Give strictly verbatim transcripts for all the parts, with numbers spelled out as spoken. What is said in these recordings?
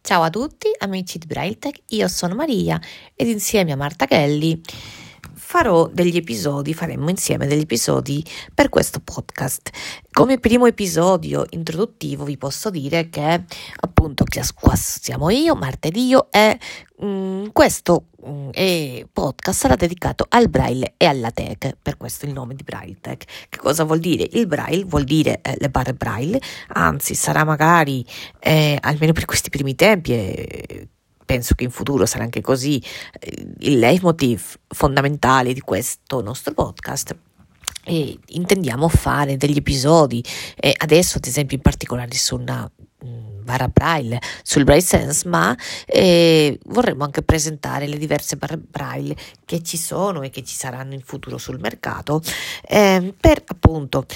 Ciao a tutti amici di BrailleTech, io sono Maria ed insieme a Marta Kelly farò degli episodi, faremo insieme degli episodi per questo podcast. Come primo episodio introduttivo vi posso dire che appunto qua siamo io, Marta ed io e mh, questo mh, è podcast sarà dedicato al Braille e alla tech, per questo il nome di BrailleTech. Che cosa vuol dire? Il Braille vuol dire eh, le barre Braille, anzi sarà magari eh, almeno per questi primi tempi eh, penso che in futuro sarà anche così, il leitmotiv fondamentale di questo nostro podcast. E intendiamo fare degli episodi eh, adesso ad esempio in particolare su una mh, barra Braille, sul Braille Sense, ma eh, vorremmo anche presentare le diverse barre Braille che ci sono e che ci saranno in futuro sul mercato eh, per appunto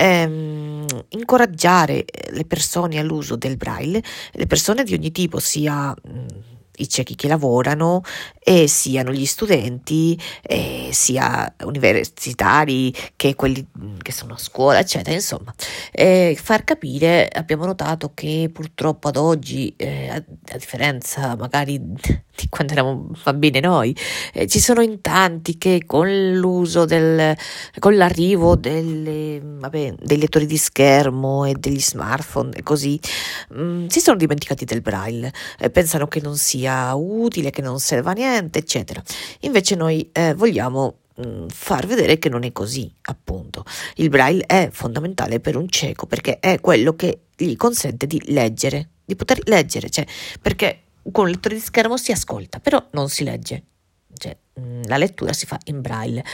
ehm, incoraggiare le persone all'uso del Braille, le persone di ogni tipo, sia mh, i ciechi che lavorano, e siano gli studenti, e sia universitari che quelli che sono a scuola, eccetera. Insomma, eh, far capire, abbiamo notato che purtroppo ad oggi, eh, a, a differenza magari di quando eravamo bambini noi, eh, ci sono in tanti che con l'uso del, con l'arrivo delle, vabbè, dei lettori di schermo e degli smartphone e così, mh, si sono dimenticati del Braille, eh, pensano che non sia utile, che non serva a niente, eccetera. Invece noi eh, vogliamo mh, far vedere che non è così, appunto. Il Braille è fondamentale per un cieco perché è quello che gli consente di leggere, di poter leggere, cioè perché con il lettore di schermo si ascolta, però non si legge. Cioè, mh, la lettura si fa in Braille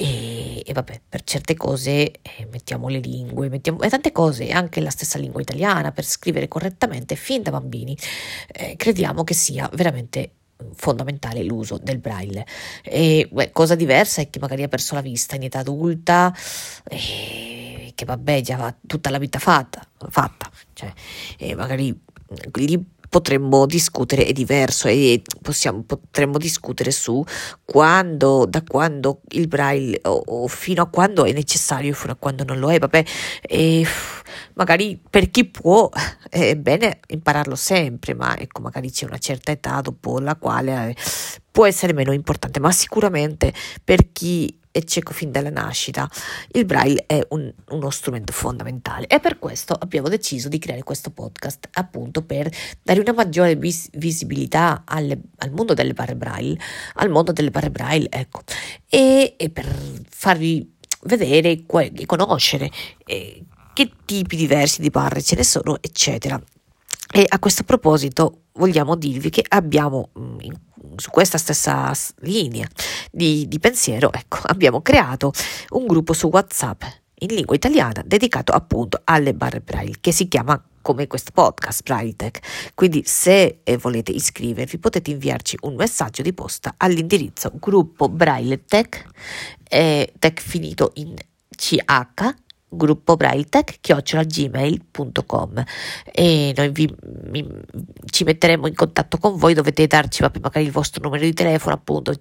e, e vabbè, per certe cose eh, mettiamo le lingue, mettiamo e tante cose, anche la stessa lingua italiana per scrivere correttamente fin da bambini, eh, crediamo che sia veramente fondamentale l'uso del Braille. E beh, cosa diversa è che magari ha perso la vista in età adulta e che vabbè già va tutta la vita fatta, fatta. Cioè, e magari gli potremmo discutere, è diverso, e possiamo, potremmo discutere su quando, da quando il Braille o, o fino a quando è necessario, fino a quando non lo è, vabbè, e magari per chi può è bene impararlo sempre, ma ecco, magari c'è una certa età dopo la quale può essere meno importante, ma sicuramente per chi è cieco fin dalla nascita il Braille è un, uno strumento fondamentale, e per questo abbiamo deciso di creare questo podcast, appunto per dare una maggiore vis- visibilità alle, al mondo delle barre Braille, al mondo delle barre Braille, ecco, e, e per farvi vedere e conoscere eh, che tipi diversi di barre ce ne sono, eccetera. E a questo proposito vogliamo dirvi che abbiamo in, su questa stessa linea di, di pensiero, ecco, abbiamo creato un gruppo su WhatsApp in lingua italiana dedicato appunto alle barre Braille, che si chiama come questo podcast BrailleTech. Quindi se eh, volete iscrivervi potete inviarci un messaggio di posta all'indirizzo gruppo BrailleTech, eh, tech finito in C H, gruppo BrailleTech chiocciola gmail punto com, e noi vi, mi, ci metteremo in contatto con voi. Dovete darci magari il vostro numero di telefono, appunto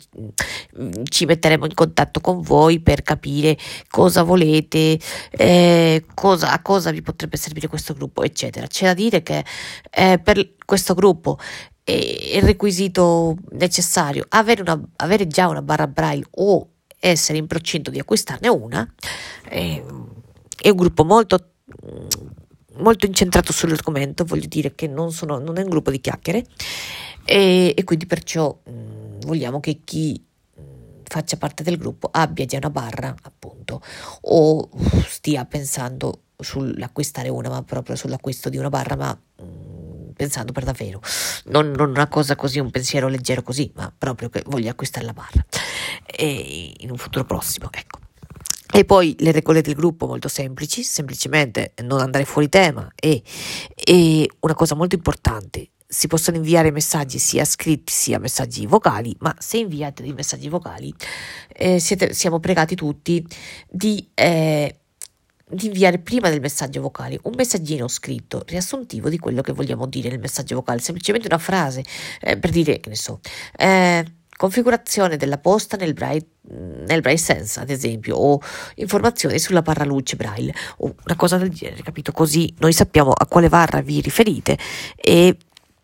ci metteremo in contatto con voi per capire cosa volete, eh, cosa, a cosa vi potrebbe servire questo gruppo, eccetera. C'è da dire che eh, per questo gruppo è il requisito necessario avere, una, avere già una barra Braille o essere in procinto di acquistarne una. eh, È un gruppo molto, molto incentrato sull'argomento, voglio dire che non, sono, non è un gruppo di chiacchiere, e, e quindi perciò mh, vogliamo che chi mh, faccia parte del gruppo abbia già una barra, appunto, o stia pensando sull'acquistare una, ma proprio sull'acquisto di una barra, ma mh, pensando per davvero, non, non una cosa così, un pensiero leggero così, ma proprio che voglia acquistare la barra e in un futuro prossimo, ecco. E poi le regole del gruppo molto semplici, semplicemente non andare fuori tema, e, e una cosa molto importante: si possono inviare messaggi sia scritti sia messaggi vocali, ma se inviate dei messaggi vocali eh, siete, siamo pregati tutti di, eh, di inviare prima del messaggio vocale un messaggino scritto riassuntivo di quello che vogliamo dire nel messaggio vocale, semplicemente una frase eh, per dire, che ne so, eh, configurazione della posta nel Braille, nel Braille Sense, ad esempio, o informazioni sulla barra luce Braille, o una cosa del genere, capito? Così noi sappiamo a quale barra vi riferite e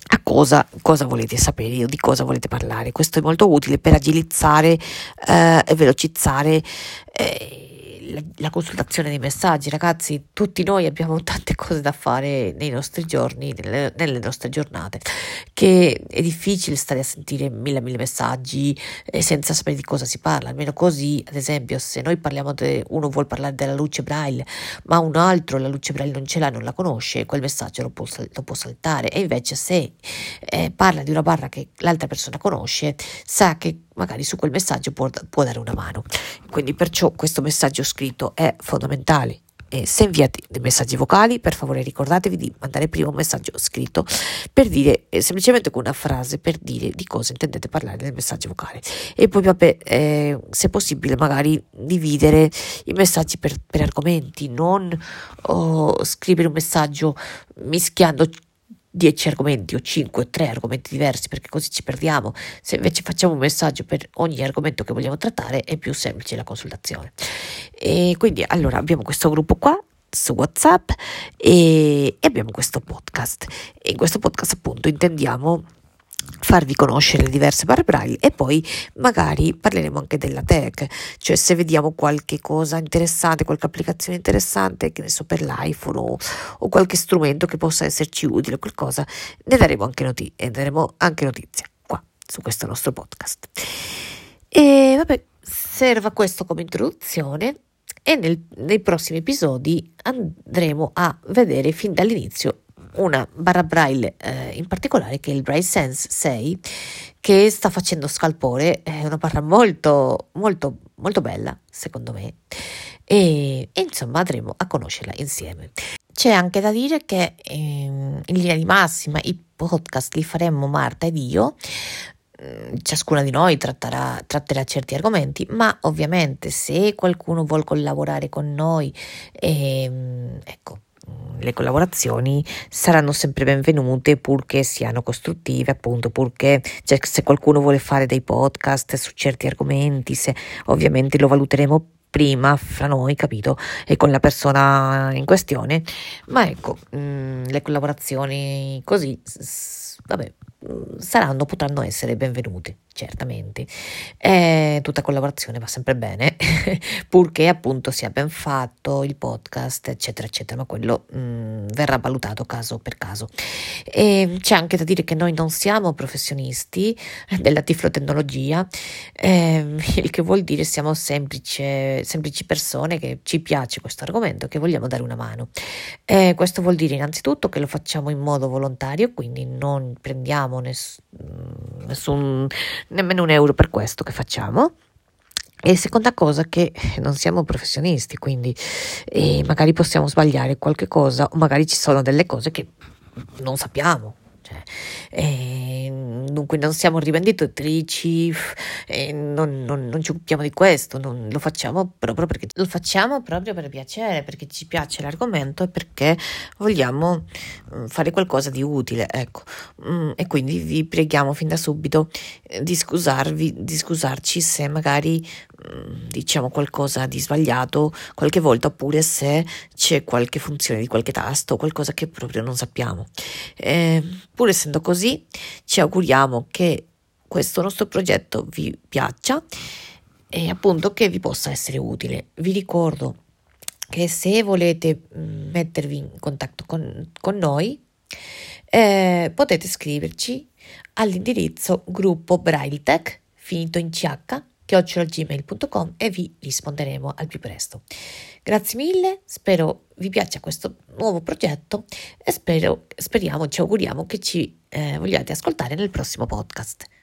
a cosa, cosa volete sapere o di cosa volete parlare. Questo è molto utile per agilizzare eh, e velocizzare eh, la, la consultazione dei messaggi. Ragazzi, tutti noi abbiamo tante cose da fare nei nostri giorni, nelle, nelle nostre giornate, che è difficile stare a sentire mille mille messaggi eh, senza sapere di cosa si parla. Almeno così, ad esempio, se noi parliamo de, uno vuol parlare della luce braille, ma un altro la luce braille non ce l'ha, non la conosce, quel messaggio lo può, lo può saltare. E invece se eh, parla di una barra che l'altra persona conosce, sa che magari su quel messaggio può, può dare una mano. Quindi perciò questo messaggio scritto è fondamentale. E se inviate dei messaggi vocali, per favore ricordatevi di mandare prima un messaggio scritto per dire eh, semplicemente con una frase per dire di cosa intendete parlare nel messaggio vocale. E poi vabbè, eh, se possibile magari dividere i messaggi per, per argomenti, non oh, scrivere un messaggio mischiando dieci argomenti o cinque o tre argomenti diversi, perché così ci perdiamo. Se invece facciamo un messaggio per ogni argomento che vogliamo trattare, è più semplice la consultazione. E quindi allora abbiamo questo gruppo qua su WhatsApp e, e abbiamo questo podcast, e in questo podcast appunto intendiamo farvi conoscere le diverse barre braille e poi magari parleremo anche della tech, cioè se vediamo qualche cosa interessante, qualche applicazione interessante, che ne so, per l'iPhone o, o qualche strumento che possa esserci utile, qualcosa, ne daremo anche, noti- e daremo anche notizia qua su questo nostro podcast. E vabbè, serva questo come introduzione, e nel, nei prossimi episodi andremo a vedere fin dall'inizio una barra braille eh, in particolare, che è il Braille Sense sei, che sta facendo scalpore. È una barra molto molto molto bella secondo me, e, e insomma andremo a conoscerla insieme. C'è anche da dire che eh, in linea di massima i podcast li faremmo Marta ed io. Ciascuna di noi tratterà, tratterà certi argomenti, ma ovviamente se qualcuno vuol collaborare con noi, ehm, ecco, le collaborazioni saranno sempre benvenute, purché siano costruttive, appunto, purché, cioè, se qualcuno vuole fare dei podcast su certi argomenti, se ovviamente lo valuteremo prima fra noi, capito, e con la persona in questione, ma ecco, mh, le collaborazioni così, s- vabbè, saranno, potranno essere benvenute, certamente. Eh, tutta collaborazione va sempre bene, purché appunto sia ben fatto il podcast, eccetera, eccetera, ma quello mh, verrà valutato caso per caso. E c'è anche da dire che noi non siamo professionisti della tiflotecnologia, eh, il che vuol dire siamo semplici, semplici persone che ci piace questo argomento e che vogliamo dare una mano. Eh, questo vuol dire innanzitutto che lo facciamo in modo volontario, quindi non prendiamo ness- nessun, nemmeno un euro per questo che facciamo. E seconda cosa, che non siamo professionisti, quindi eh, magari possiamo sbagliare qualche cosa, o magari ci sono delle cose che non sappiamo. Cioè, eh, dunque non siamo rivenditrici, eh, non, non, non ci occupiamo di questo, non, lo facciamo proprio perché lo facciamo proprio per piacere, perché ci piace l'argomento e perché vogliamo mh, fare qualcosa di utile, ecco. Mm, e quindi vi preghiamo fin da subito eh, di scusarvi, di scusarci se magari mh, diciamo qualcosa di sbagliato qualche volta, oppure se c'è qualche funzione di qualche tasto, qualcosa che proprio non sappiamo. Eh, pur essendo così, ci auguriamo che questo nostro progetto vi piaccia e appunto che vi possa essere utile. Vi ricordo che se volete mh, mettervi in contatto con, con noi, eh, potete scriverci all'indirizzo gruppo BrailleTech finito in ch chiocciola gmail punto com e vi risponderemo al più presto. Grazie mille, spero vi piaccia questo nuovo progetto e spero, speriamo, ci auguriamo che ci eh, vogliate ascoltare nel prossimo podcast.